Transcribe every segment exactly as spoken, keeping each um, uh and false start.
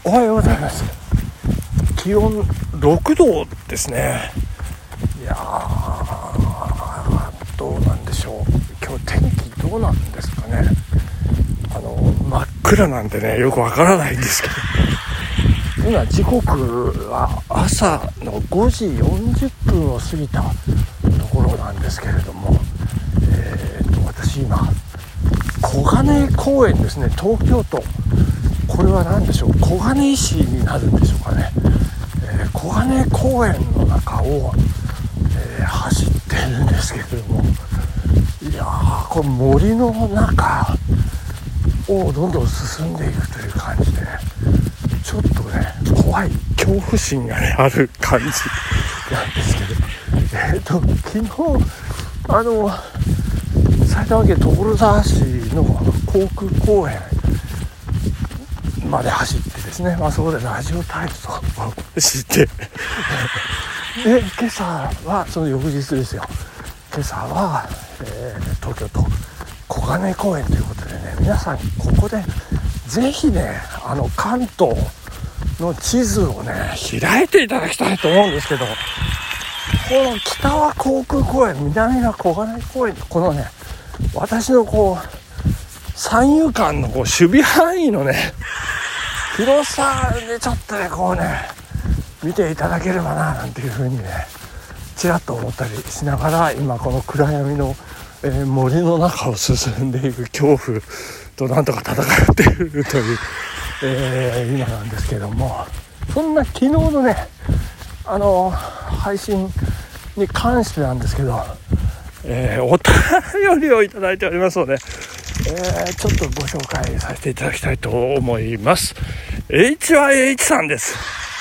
おはようございます。気温ろくどですね。いやーどうなんでしょう。今日天気どうなんですかね。あの真っ暗なんでねよくわからないんですけど、今時刻は朝のごじよんじゅっぷんを過ぎたところなんですけれども、えー、と私今小金井公園ですね。東京都、これは何でしょう、小金井市になるんでしょうかね。えー、小金井公園の中を、えー、走ってるんですけれども、いやーこれ森の中をどんどん進んでいくという感じで、ね、ちょっとね怖い恐怖心が、ね、ある感じなんですけど、えーと昨日あの埼玉県所沢市の航空公園まで走ってですね、まあ、そこでラジオ体操をしてで今朝はその翌日ですよ。今朝は、えー、東京都小金井公園ということでね、皆さんここでぜひねあの関東の地図をね開いていただきたいと思うんですけど、この北は航空公園、南は小金井公園、このね私のこう三遊間のこう守備範囲のね広さでちょっとねこうね見ていただければななんていう風にねちらっと思ったりしながら、今この暗闇の、えー、森の中を進んでいく恐怖となんとか戦っているという、えー、今なんですけども、そんな昨日のねあの配信に関してなんですけど、えー、お便りをいただいておりますので、えー、ちょっとご紹介させていただきたいと思います。 エイチワイエイチ さんです。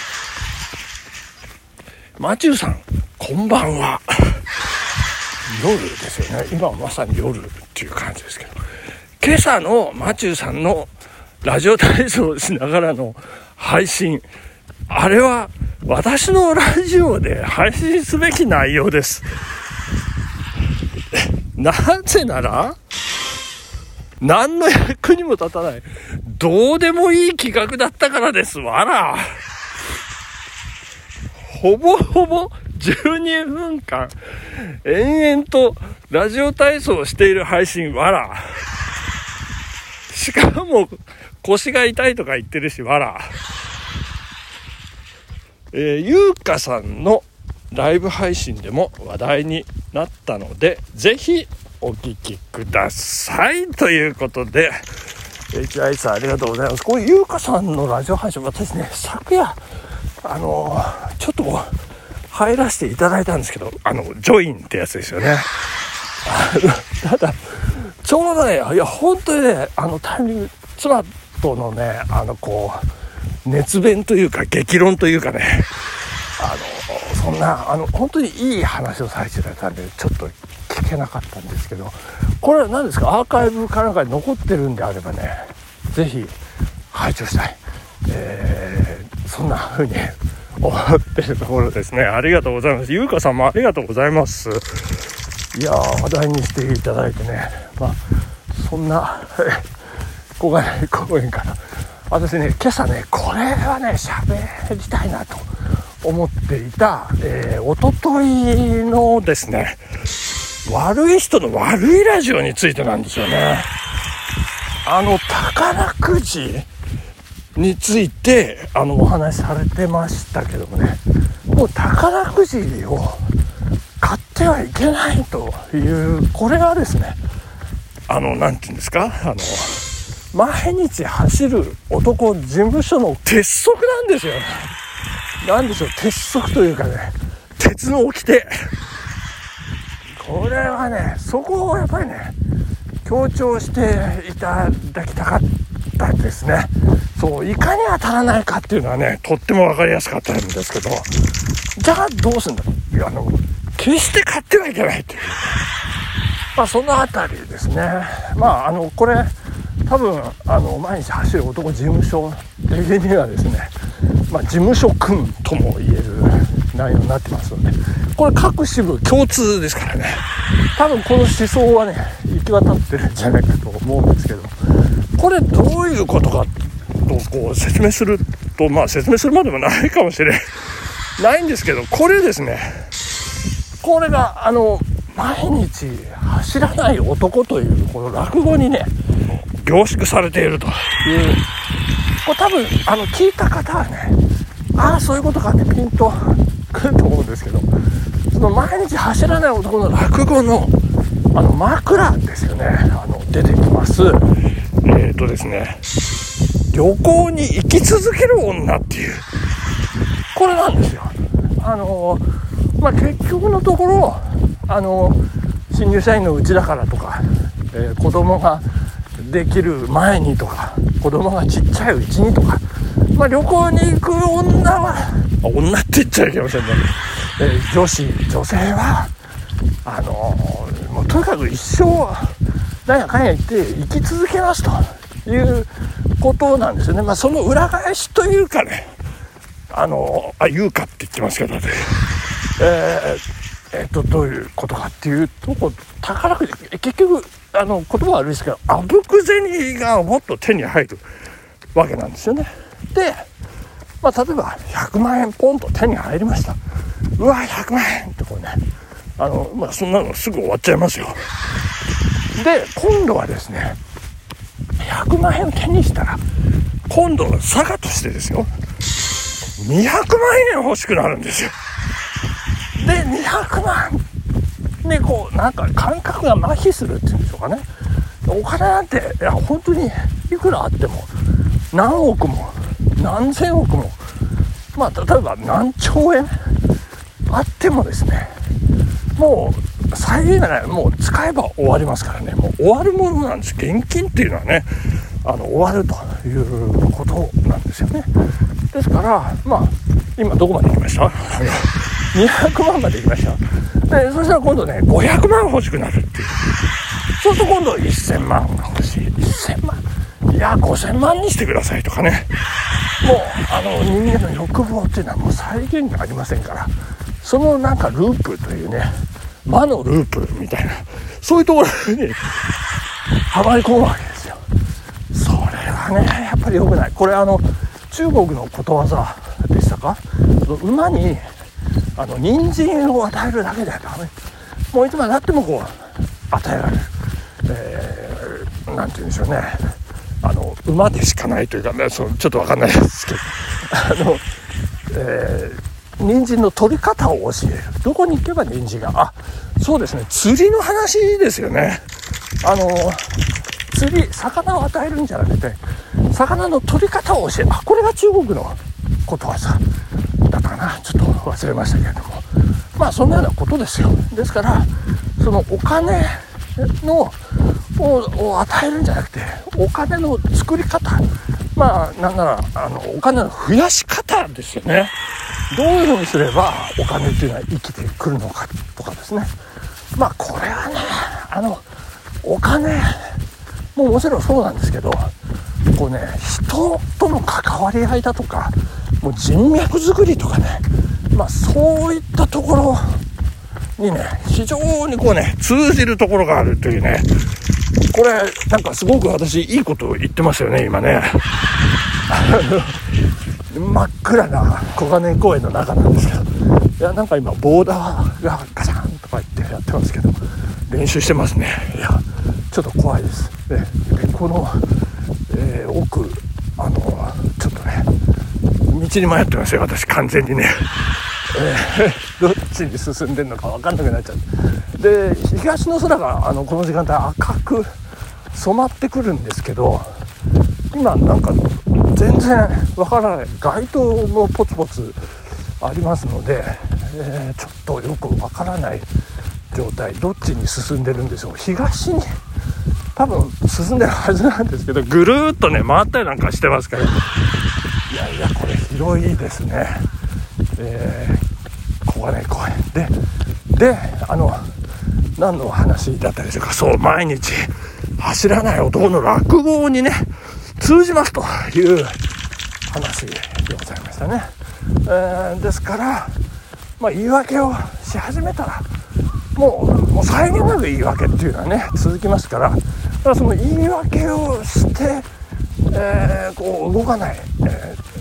マチューさんこんばんは。夜ですよね、今まさに夜っていう感じですけど、今朝のマチューさんのラジオ体操をしながらの配信、あれは私のラジオで配信すべき内容です。なぜなら何の役にも立たないどうでもいい企画だったからですわら。ほぼほぼじゅうにふんかん延々とラジオ体操をしている配信わら。しかも腰が痛いとか言ってるしわら。えー、ゆうかさんのライブ配信でも話題になったのでぜひお聞きくださいということで、 エイチアイ さんありがとうございます。こういうゆうかさんのラジオ配信、私ね昨夜あのー、ちょっとこう入らせていただいたんですけど、あのジョインってやつですよね。ただちょうどね、いや本当にねあのタイミング、妻とのねあのこう熱弁というか激論というかね、あのそんなあの本当にいい話をさせていただいたんでちょっと聞けなかったんですけど、これは何ですか、アーカイブかなんかに残ってるんであればねぜひ拝聴したい、えー、そんな風に思ってるところですね。ありがとうございます。ゆうかさんもありがとうございます。いやー話題にしていただいてね、まあそんな小金井公園から私ね今朝ねこれはね喋りたいなと思っていた、えー、おとといのですね悪い人の悪いラジオについてなんですよね。あの宝くじについてあのお話しされてましたけどもね、もう宝くじを買ってはいけないという、これがですねあのなんていうんですか、あの毎日走る男事務所の鉄則なんですよね。なんでしょう、鉄則というかね鉄の掟、これはねそこをやっぱりね強調していただきたかったですね。そういかに当たらないかっていうのはねとっても分かりやすかったんですけど、じゃあどうするんだろう、いやあの決して買ってはいけないっていう、まあそのあたりですね。まああのこれ多分あの毎日走る男事務所的にはですね、まあ、事務所君とも言える内容になってますので、これ各支部共通ですからね、多分この思想はね行き渡ってるんじゃないかと思うんですけど、これどういうことかとこう説明すると、まあ、説明するまでもないかもしれないんですけど、これですね、これがあの毎日走らない男というこの落語にね凝縮されているという、これ多分あの聞いた方はね、ああそういうことかってピンとくると思うんですけど、その毎日走らない男の落語のあの枕ですよね、あの出てきますえーとですね旅行に行き続ける女っていう、これなんですよ。あのまあ結局のところ、あの新入社員のうちだからとか、えー、子供ができる前にとか、子供がちっちゃいうちにとか、まあ旅行に行く女は、女って言っちゃいけませんね、えー、女子女性はあのもうとにかく一生何やかんや言って生き続けますということなんですよね。まあその裏返しというかね、あのあ言うかって言ってますけどね、えー、えー、とどういうことかっていうと、こう宝くじ結局あの言葉は悪いですけど、あぶく銭がもっと手に入るわけなんですよね。で、まあ、例えばひゃくまんえんポンと手に入りました。うわひゃくまんえんってこうね、あの、まあ、そんなのすぐ終わっちゃいますよ。で今度はですねひゃくまんえんを手にしたら、今度は差がとしてですよにひゃくまんえん欲しくなるんですよ。でにひゃくまんでこうなんか感覚が麻痺するっていうんでしょうかね。お金なんていや本当にいくらあっても何億も何千億も、まあ例えば何兆円あってもですね、もう際限がない、もう使えば終わりますからね。もう終わるものなんです。現金っていうのはね、あの終わるということなんですよね。ですからまあ今どこまで行きましたにひゃくまんまで行きました。でそしたら今度ねごひゃくまん欲しくなるっていう、そうすると今度せんまんが欲しい、せんまん、いやごせんまんにしてくださいとかね。もうあの人間の欲望っていうのはもう際限がありませんから、そのなんかループというね、魔のループみたいな、そういうところにはまり込むわけですよ。それはねやっぱり良くない。これあの中国のことわざでしたか、馬にあの人参を与えるだけではダメ、もういつまでたってもこう与えられる、えー、なんて言うんでしょうね、あの馬でしかないというか、ね、そのちょっと分かんないですけどあの、えー、人参の取り方を教える。どこに行けば人参が、あ、そうですね、釣りの話ですよね。あの釣り、魚を与えるんじゃなくて魚の取り方を教える。あ、これが中国のことわざだったかな、ちょっと忘れましたけれども、まあそんなようなことですよ。ですからそのお金の を, を与えるんじゃなくて、お金の作り方、まあなんならあのお金の増やし方ですよね。どういうふうにすればお金っていうのは生きてくるのかとかですね。まあこれはね、あのお金ももちろんそうなんですけど、こうね、人との関わり合いだとか、もう人脈作りとかね、まあそういったところにね、非常にこうね通じるところがあるというね、これなんかすごく私いいことを言ってますよね今ね。真っ暗な小金井公園の中なんですけど、いやなんか今ボーダーがガチャンとか言ってやってますけど、練習してますね。いやちょっと怖いですね。この、えー、奥あのちょっとね道に迷ってますよ私完全にね。えー、どっちに進んでるのか分かんなくなっちゃう。で東の空があのこの時間帯赤く染まってくるんですけど、今なんか全然分からない、街灯もポツポツありますので、えー、ちょっとよく分からない状態。どっちに進んでるんでしょう。東に多分進んでるはずなんですけど、ぐるーっとね回ったりなんかしてますから、いやいやこれ広いですね。えー、小金井公園でであの何の話だったでしょうか。そう、毎日走らない男の落語にね通じますという話でございましたね。えー、ですから、まあ、言い訳をし始めたらもう、もう際限なく言い訳っていうのはね続きますから、だからその言い訳をして、えー、こう動かない、え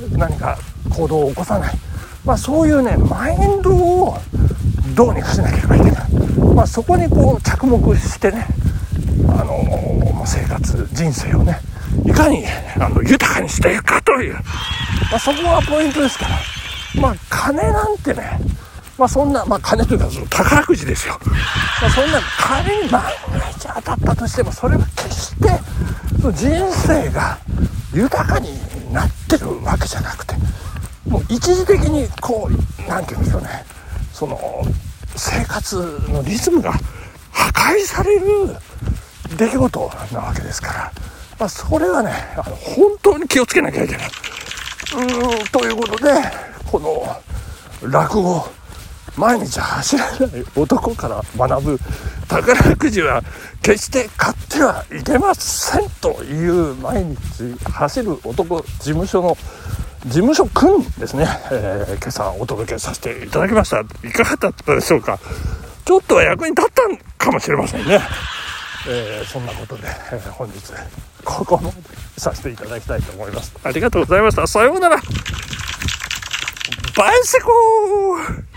何か行動を起こさない、まあ、そういうねマインドをどうにかしなければいけない、まあ、そこにこう着目してね、あのー、生活人生をねいかにあの豊かにしていくかという、まあ、そこがポイントですから。まあ金なんてね、まあそんな、まあ金というかその宝くじですよ。まあ、そんな仮に万が一当たったとしても、それは決してその人生が豊かになってるわけじゃなくて、もう一時的にこうなんていうんですかね、その生活のリズムが破壊される出来事なわけですから、まあ、それはねあの本当に気をつけなきゃいけない。うーんということで、この落語毎日走らない男から学ぶ宝くじは決して買ってはいけませんという毎日走る男事務所の事務所くんですね、えー、今朝お届けさせていただきました。いかがだったでしょうか。ちょっとは役に立ったかもしれませんね。えー、そんなことで、えー、本日ここまでさせていただきたいと思います。ありがとうございました。さようなら。バイセコー。